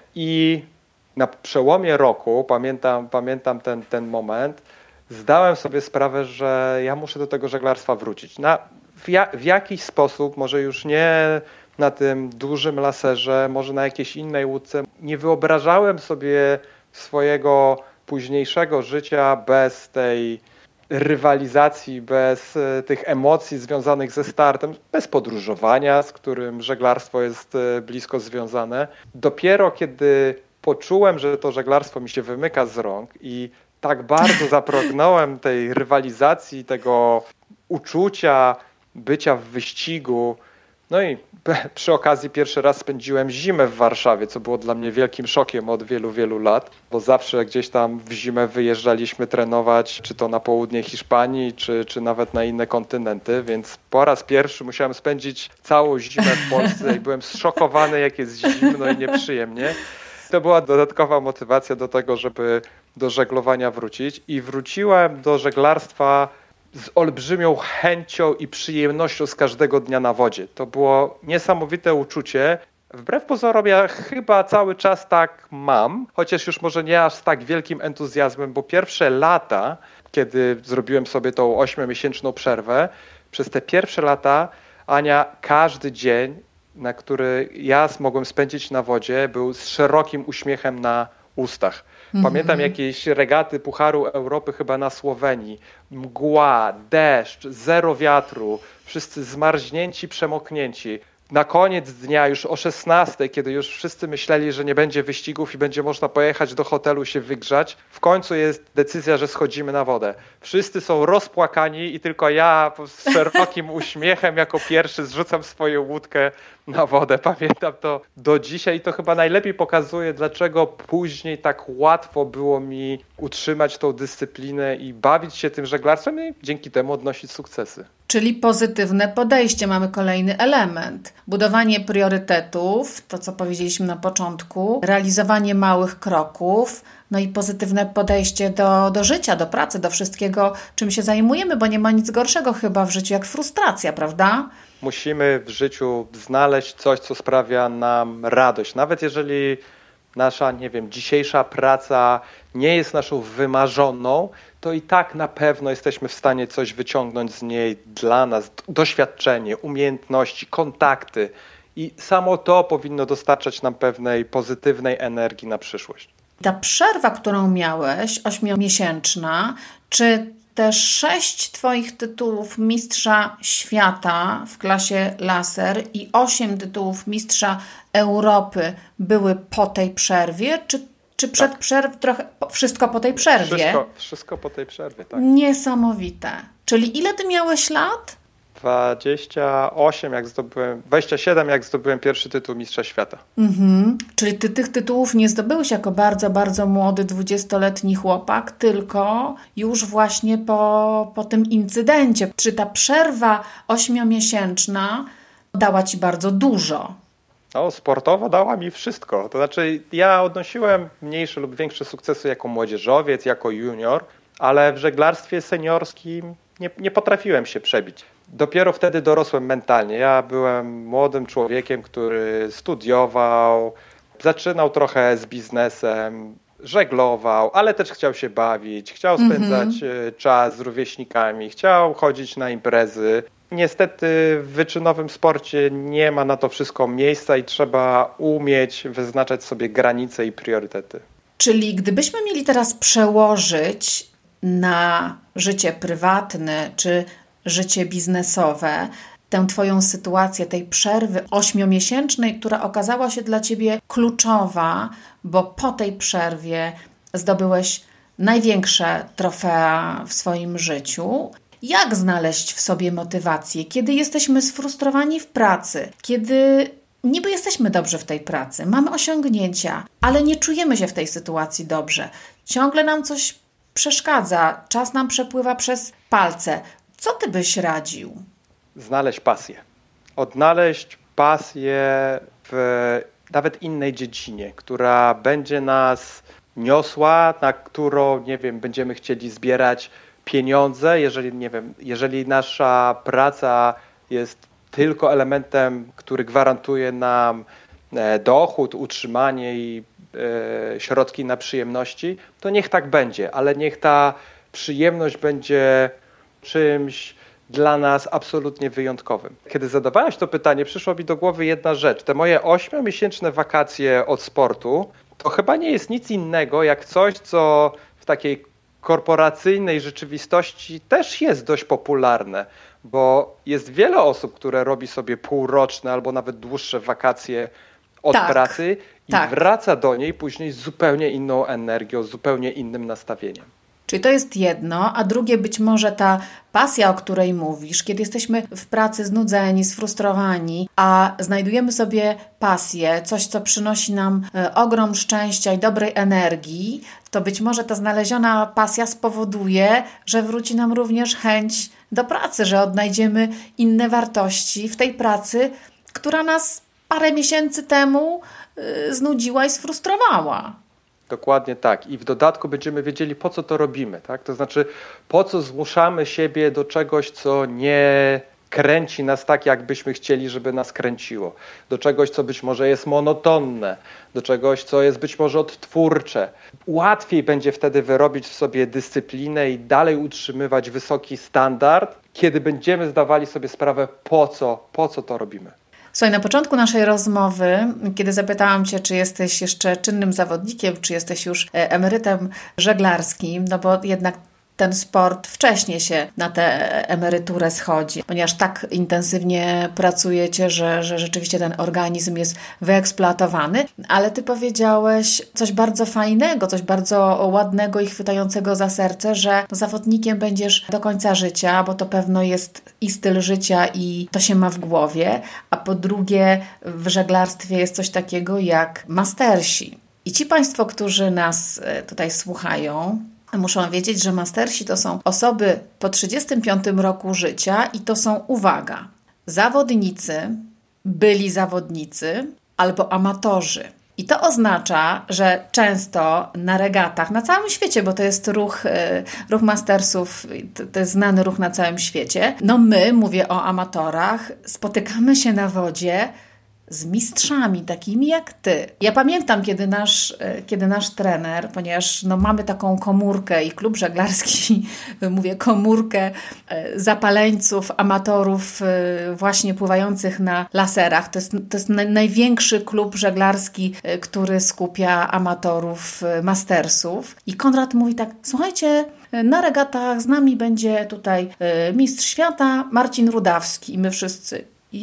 i na przełomie roku, pamiętam, pamiętam ten, ten moment, zdałem sobie sprawę, że ja muszę do tego żeglarstwa wrócić. Na, w, ja, w jakiś sposób, może już nie na tym dużym laserze, może na jakiejś innej łódce. Nie wyobrażałem sobie swojego późniejszego życia bez tej rywalizacji, bez tych emocji związanych ze startem, bez podróżowania, z którym żeglarstwo jest blisko związane. Dopiero kiedy poczułem, że to żeglarstwo mi się wymyka z rąk i tak bardzo zapragnąłem tej rywalizacji, tego uczucia bycia w wyścigu. No i przy okazji pierwszy raz spędziłem zimę w Warszawie, co było dla mnie wielkim szokiem od wielu, wielu lat, bo zawsze gdzieś tam w zimę wyjeżdżaliśmy trenować, czy to na południe Hiszpanii, czy, czy nawet na inne kontynenty, więc po raz pierwszy musiałem spędzić całą zimę w Polsce i byłem zszokowany, jak jest zimno i nieprzyjemnie. To była dodatkowa motywacja do tego, żeby do żeglowania wrócić i wróciłem do żeglarstwa z olbrzymią chęcią i przyjemnością z każdego dnia na wodzie. To było niesamowite uczucie. Wbrew pozorom ja chyba cały czas tak mam, chociaż już może nie aż z tak wielkim entuzjazmem, bo pierwsze lata, kiedy zrobiłem sobie tą ośmiomiesięczną przerwę, przez te pierwsze lata, Ania, każdy dzień, na który ja mogłem spędzić na wodzie, był z szerokim uśmiechem na ustach. Pamiętam jakieś regaty Pucharu Europy chyba na Słowenii. Mgła, deszcz, zero wiatru, wszyscy zmarznięci, przemoknięci. na koniec dnia, już o szesnastej, kiedy już wszyscy myśleli, że nie będzie wyścigów i będzie można pojechać do hotelu się wygrzać, w końcu jest decyzja, że schodzimy na wodę. Wszyscy są rozpłakani i tylko ja z szerokim uśmiechem jako pierwszy zrzucam swoją łódkę na wodę. Pamiętam to do dzisiaj i to chyba najlepiej pokazuje, dlaczego później tak łatwo było mi utrzymać tą dyscyplinę i bawić się tym żeglarstwem i dzięki temu odnosić sukcesy. Czyli pozytywne podejście, mamy kolejny element. Budowanie priorytetów, to co powiedzieliśmy na początku, realizowanie małych kroków, no i pozytywne podejście do, do życia, do pracy, do wszystkiego, czym się zajmujemy, bo nie ma nic gorszego chyba w życiu jak frustracja, prawda? Musimy w życiu znaleźć coś, co sprawia nam radość. Nawet jeżeli nasza, nie wiem, dzisiejsza praca nie jest naszą wymarzoną, to i tak na pewno jesteśmy w stanie coś wyciągnąć z niej dla nas. Doświadczenie, umiejętności, kontakty i samo to powinno dostarczać nam pewnej pozytywnej energii na przyszłość. Ta przerwa, którą miałeś, ośmiomiesięczna, czy te sześć Twoich tytułów mistrza świata w klasie laser i osiem tytułów mistrza Europy były po tej przerwie, czy, czy przed tak. przerwą trochę wszystko po tej przerwie? Wszystko, wszystko po tej przerwie, tak. Niesamowite. Czyli ile Ty miałeś lat? dwadzieścia osiem, jak zdobyłem, dwadzieścia siedem, jak zdobyłem pierwszy tytuł mistrza świata. Mhm. Czyli Ty tych tytułów nie zdobyłeś jako bardzo, bardzo młody, dwudziestoletni chłopak, tylko już właśnie po, po tym incydencie. Czy ta przerwa ośmiomiesięczna dała Ci bardzo dużo? No, sportowo dała mi wszystko. To znaczy ja odnosiłem mniejsze lub większe sukcesy jako młodzieżowiec, jako junior, ale w żeglarstwie seniorskim nie, nie potrafiłem się przebić. Dopiero wtedy dorosłem mentalnie. Ja byłem młodym człowiekiem, który studiował, zaczynał trochę z biznesem, żeglował, ale też chciał się bawić, chciał spędzać mm-hmm. czas z rówieśnikami, chciał chodzić na imprezy. Niestety w wyczynowym sporcie nie ma na to wszystko miejsca i trzeba umieć wyznaczać sobie granice i priorytety. Czyli gdybyśmy mieli teraz przełożyć na życie prywatne czy życie biznesowe, tę Twoją sytuację, tej przerwy ośmiomiesięcznej, która okazała się dla Ciebie kluczowa, bo po tej przerwie zdobyłeś największe trofea w swoim życiu. Jak znaleźć w sobie motywację, kiedy jesteśmy sfrustrowani w pracy, kiedy niby jesteśmy dobrze w tej pracy, mamy osiągnięcia, ale nie czujemy się w tej sytuacji dobrze. Ciągle nam coś przeszkadza, czas nam przepływa przez palce. Co Ty byś radził? Znaleźć pasję. Odnaleźć pasję w nawet innej dziedzinie, która będzie nas niosła, na którą, nie wiem, będziemy chcieli zbierać pieniądze, jeżeli, nie wiem, jeżeli nasza praca jest tylko elementem, który gwarantuje nam dochód, utrzymanie i e, środki na przyjemności, to niech tak będzie, ale niech ta przyjemność będzie czymś dla nas absolutnie wyjątkowym. Kiedy zadawałeś to pytanie, przyszła mi do głowy jedna rzecz. Te moje ośmiomiesięczne wakacje od sportu to chyba nie jest nic innego jak coś, co w takiej korporacyjnej rzeczywistości też jest dość popularne, bo jest wiele osób, które robi sobie półroczne albo nawet dłuższe wakacje od tak, pracy i tak. wraca do niej później z zupełnie inną energią, z zupełnie innym nastawieniem. Czyli to jest jedno, a drugie być może ta pasja, o której mówisz, kiedy jesteśmy w pracy znudzeni, sfrustrowani, a znajdujemy sobie pasję, coś, co przynosi nam ogrom szczęścia i dobrej energii, to być może ta znaleziona pasja spowoduje, że wróci nam również chęć do pracy, że odnajdziemy inne wartości w tej pracy, która nas parę miesięcy temu znudziła i sfrustrowała. Dokładnie tak. I w dodatku będziemy wiedzieli, po co to robimy. Tak? To znaczy, po co zmuszamy siebie do czegoś, co nie kręci nas tak, jakbyśmy chcieli, żeby nas kręciło. Do czegoś, co być może jest monotonne. Do czegoś, co jest być może odtwórcze. Łatwiej będzie wtedy wyrobić w sobie dyscyplinę i dalej utrzymywać wysoki standard, kiedy będziemy zdawali sobie sprawę, po co, po co to robimy. Słuchaj, na początku naszej rozmowy, kiedy zapytałam Cię, czy jesteś jeszcze czynnym zawodnikiem, czy jesteś już emerytem żeglarskim, no bo jednak ten sport wcześniej się na tę emeryturę schodzi, ponieważ tak intensywnie pracujecie, że, że rzeczywiście ten organizm jest wyeksploatowany. Ale ty powiedziałeś coś bardzo fajnego, coś bardzo ładnego i chwytającego za serce, że zawodnikiem będziesz do końca życia, bo to pewno jest i styl życia i to się ma w głowie, a po drugie w żeglarstwie jest coś takiego jak mastersi. I ci Państwo, którzy nas tutaj słuchają, muszą wiedzieć, że mastersi to są osoby po trzydziestym piątym roku życia i to są, uwaga, zawodnicy, byli zawodnicy albo amatorzy. I to oznacza, że często na regatach na całym świecie, bo to jest ruch, ruch mastersów, to jest znany ruch na całym świecie, no my, mówię o amatorach, spotykamy się na wodzie z mistrzami takimi jak ty. Ja pamiętam, kiedy nasz, kiedy nasz trener, ponieważ no, mamy taką komórkę i klub żeglarski, mówię komórkę zapaleńców, amatorów właśnie pływających na laserach. To jest, to jest największy klub żeglarski, który skupia amatorów mastersów. I Konrad mówi tak, słuchajcie, na regatach z nami będzie tutaj mistrz świata Marcin Rudawski. I my wszyscy...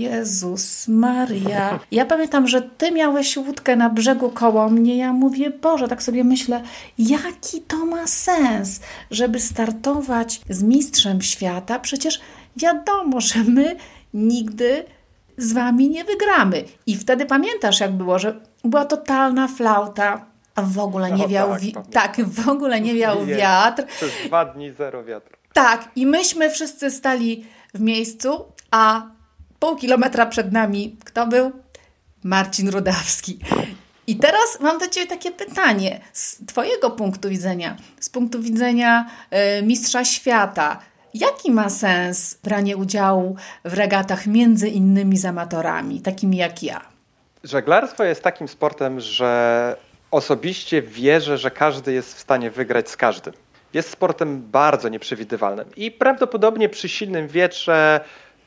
Jezus Maria. Ja pamiętam, że ty miałeś łódkę na brzegu koło mnie. Ja mówię, Boże, tak sobie myślę, jaki to ma sens, żeby startować z mistrzem świata? Przecież wiadomo, że my nigdy z wami nie wygramy. I wtedy pamiętasz, jak było, że była totalna flauta, a w ogóle nie no wiał tak, wi- tak, w ogóle nie wiał wiatr. Przez dwa dni zero wiatru. Tak, i myśmy wszyscy stali w miejscu, a pół kilometra przed nami kto był? Marcin Rudawski. I teraz mam do Ciebie takie pytanie. Z Twojego punktu widzenia, z punktu widzenia y, mistrza świata, jaki ma sens branie udziału w regatach między innymi z amatorami, takimi jak ja? Żeglarstwo jest takim sportem, że osobiście wierzę, że każdy jest w stanie wygrać z każdym. Jest sportem bardzo nieprzewidywalnym i prawdopodobnie przy silnym wietrze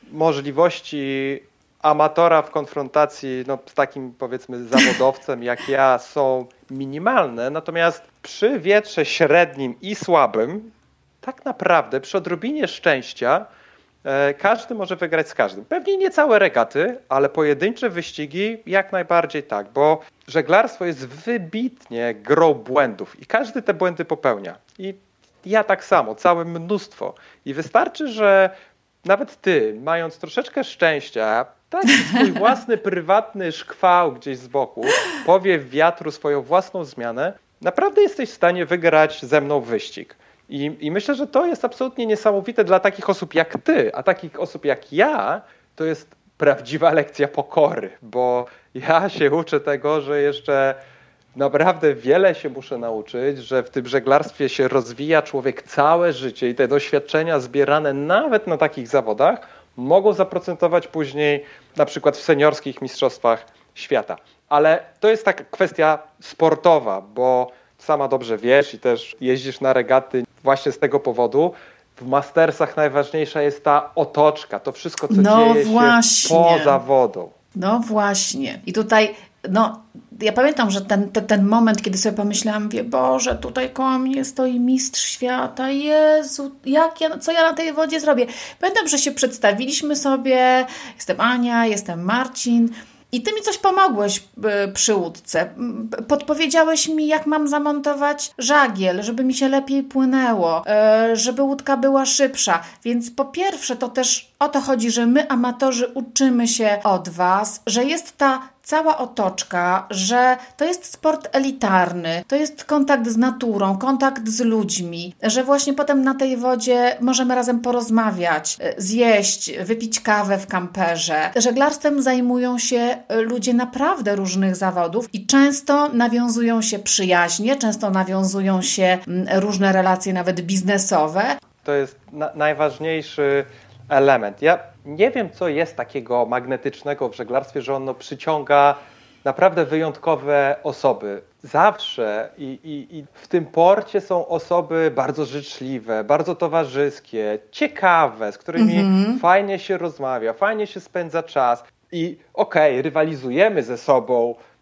możliwości amatora w konfrontacji no, z takim, powiedzmy, zawodowcem jak ja są minimalne, natomiast przy wietrze średnim i słabym tak naprawdę przy odrobinie szczęścia e, każdy może wygrać z każdym. Pewnie nie całe regaty, ale pojedyncze wyścigi jak najbardziej tak, bo żeglarstwo jest wybitnie grą błędów i każdy te błędy popełnia. I ja tak samo, całe mnóstwo. I wystarczy, że nawet ty, mając troszeczkę szczęścia, taki swój własny, prywatny szkwał gdzieś z boku, powiew wiatru, swoją własną zmianę, naprawdę jesteś w stanie wygrać ze mną wyścig. I, I myślę, że to jest absolutnie niesamowite dla takich osób jak ty, a takich osób jak ja, to jest prawdziwa lekcja pokory, bo ja się uczę tego, że jeszcze naprawdę wiele się muszę nauczyć, że w tym żeglarstwie się rozwija człowiek całe życie i te doświadczenia zbierane nawet na takich zawodach mogą zaprocentować później na przykład w seniorskich mistrzostwach świata. Ale to jest taka kwestia sportowa, bo sama dobrze wiesz i też jeździsz na regaty właśnie z tego powodu. W mastersach najważniejsza jest ta otoczka, to wszystko, co no dzieje właśnie. się poza wodą. No właśnie. I tutaj, no, ja pamiętam, że ten, ten, ten moment, kiedy sobie pomyślałam, mówię, Boże, tutaj koło mnie stoi mistrz świata, Jezu, jak ja, co ja na tej wodzie zrobię? Pamiętam, że się przedstawiliśmy sobie, jestem Ania, jestem Marcin. I ty mi coś pomogłeś przy łódce. Podpowiedziałeś mi, jak mam zamontować żagiel, żeby mi się lepiej płynęło, żeby łódka była szybsza. Więc po pierwsze to też o to chodzi, że my amatorzy uczymy się od was, że jest ta cała otoczka, że to jest sport elitarny, to jest kontakt z naturą, kontakt z ludźmi, że właśnie potem na tej wodzie możemy razem porozmawiać, zjeść, wypić kawę w kamperze. Żeglarstwem zajmują się ludzie naprawdę różnych zawodów i często nawiązują się przyjaźnie, często nawiązują się różne relacje, nawet biznesowe. To jest na- najważniejszy element. Ja nie wiem, co jest takiego magnetycznego w żeglarstwie, że ono przyciąga naprawdę wyjątkowe osoby. Zawsze i, i, i w tym porcie są osoby bardzo życzliwe, bardzo towarzyskie, ciekawe, z którymi mm-hmm. fajnie się rozmawia, fajnie się spędza czas. I okej, okay, rywalizujemy ze sobą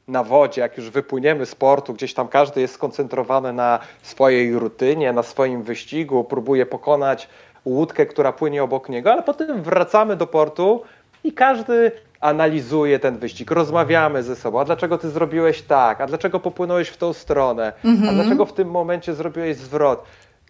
na wodzie, jak już wypłyniemy z portu, gdzieś tam każdy jest skoncentrowany na swojej rutynie, na swoim wyścigu, próbuje pokonać łódkę, która płynie obok niego, ale potem wracamy do portu i każdy analizuje ten wyścig, rozmawiamy ze sobą, a dlaczego ty zrobiłeś tak, a dlaczego popłynąłeś w tą stronę, mm-hmm. a dlaczego w tym momencie zrobiłeś zwrot.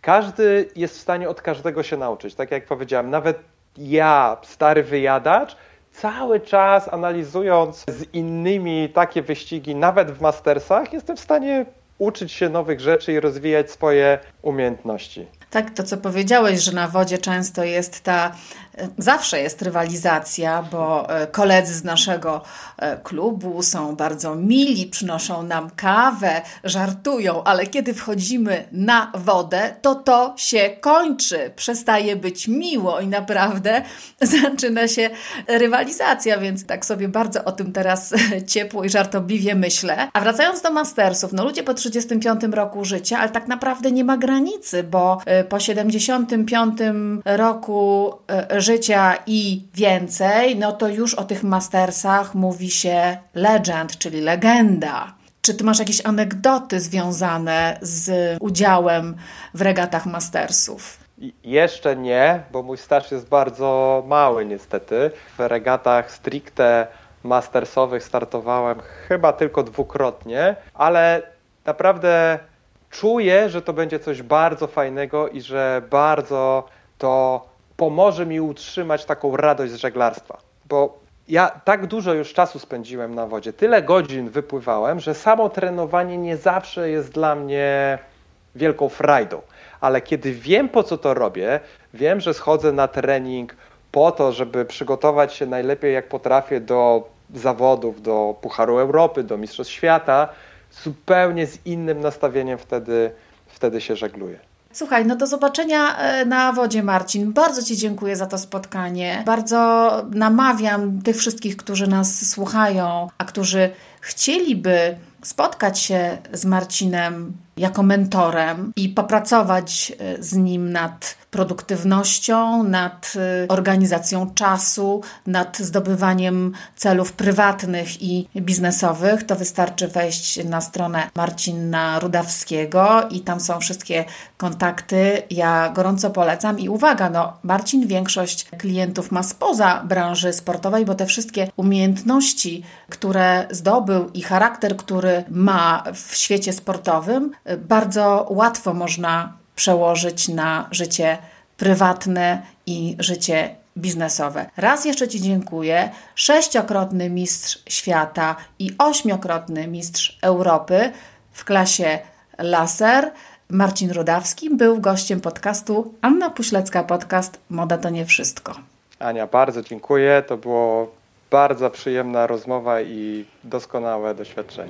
Każdy jest w stanie od każdego się nauczyć, tak jak powiedziałem, nawet ja, stary wyjadacz, cały czas analizując z innymi takie wyścigi, nawet w Mastersach, jestem w stanie uczyć się nowych rzeczy i rozwijać swoje umiejętności. Tak, to co powiedziałeś, że na wodzie często jest ta, zawsze jest rywalizacja, bo koledzy z naszego klubu są bardzo mili, przynoszą nam kawę, żartują, ale kiedy wchodzimy na wodę, to to się kończy, przestaje być miło i naprawdę zaczyna się rywalizacja, więc tak sobie bardzo o tym teraz ciepło i żartobliwie myślę. A wracając do Mastersów, no ludzie po trzydziestym piątym roku życia, ale tak naprawdę nie ma granicy, bo po siedemdziesiątym piątym roku życia i więcej, no to już o tych Mastersach mówi się legend, czyli legenda. Czy ty masz jakieś anegdoty związane z udziałem w regatach Mastersów? I jeszcze nie, bo mój staż jest bardzo mały niestety. W regatach stricte mastersowych startowałem chyba tylko dwukrotnie, ale naprawdę czuję, że to będzie coś bardzo fajnego i że bardzo to pomoże mi utrzymać taką radość z żeglarstwa. Bo ja tak dużo już czasu spędziłem na wodzie, tyle godzin wypływałem, że samo trenowanie nie zawsze jest dla mnie wielką frajdą. Ale kiedy wiem, po co to robię, wiem, że schodzę na trening po to, żeby przygotować się najlepiej jak potrafię do zawodów, do Pucharu Europy, do Mistrzostw Świata, zupełnie z innym nastawieniem wtedy, wtedy się żegluje. Słuchaj, no do zobaczenia na wodzie, Marcin. Bardzo Ci dziękuję za to spotkanie. Bardzo namawiam tych wszystkich, którzy nas słuchają, a którzy chcieliby spotkać się z Marcinem jako mentorem i popracować z nim nad produktywnością, nad organizacją czasu, nad zdobywaniem celów prywatnych i biznesowych, to wystarczy wejść na stronę Marcina Rudawskiego i tam są wszystkie kontakty. Ja gorąco polecam i uwaga, no Marcin większość klientów ma spoza branży sportowej, bo te wszystkie umiejętności, które zdobył i charakter, który ma w świecie sportowym, bardzo łatwo można przełożyć na życie prywatne i życie biznesowe. Raz jeszcze Ci dziękuję. Sześciokrotny mistrz świata i ośmiokrotny mistrz Europy w klasie laser Marcin Rudawski był gościem podcastu Anna Puślecka Podcast Moda to nie wszystko. Ania, bardzo dziękuję. To było bardzo przyjemna rozmowa i doskonałe doświadczenie.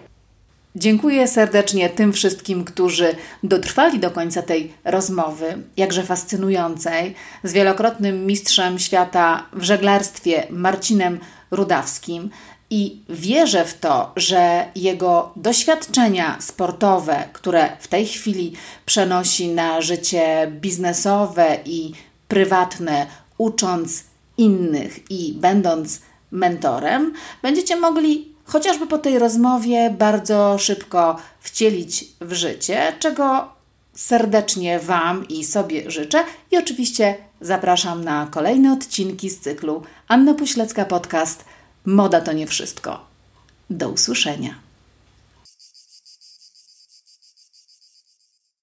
Dziękuję serdecznie tym wszystkim, którzy dotrwali do końca tej rozmowy, jakże fascynującej, z wielokrotnym mistrzem świata w żeglarstwie Marcinem Rudawskim i wierzę w to, że jego doświadczenia sportowe, które w tej chwili przenosi na życie biznesowe i prywatne, ucząc innych i będąc mentorem, będziecie mogli chociażby po tej rozmowie bardzo szybko wcielić w życie, czego serdecznie Wam i sobie życzę i oczywiście zapraszam na kolejne odcinki z cyklu Anna Puślecka Podcast Moda to nie wszystko. Do usłyszenia.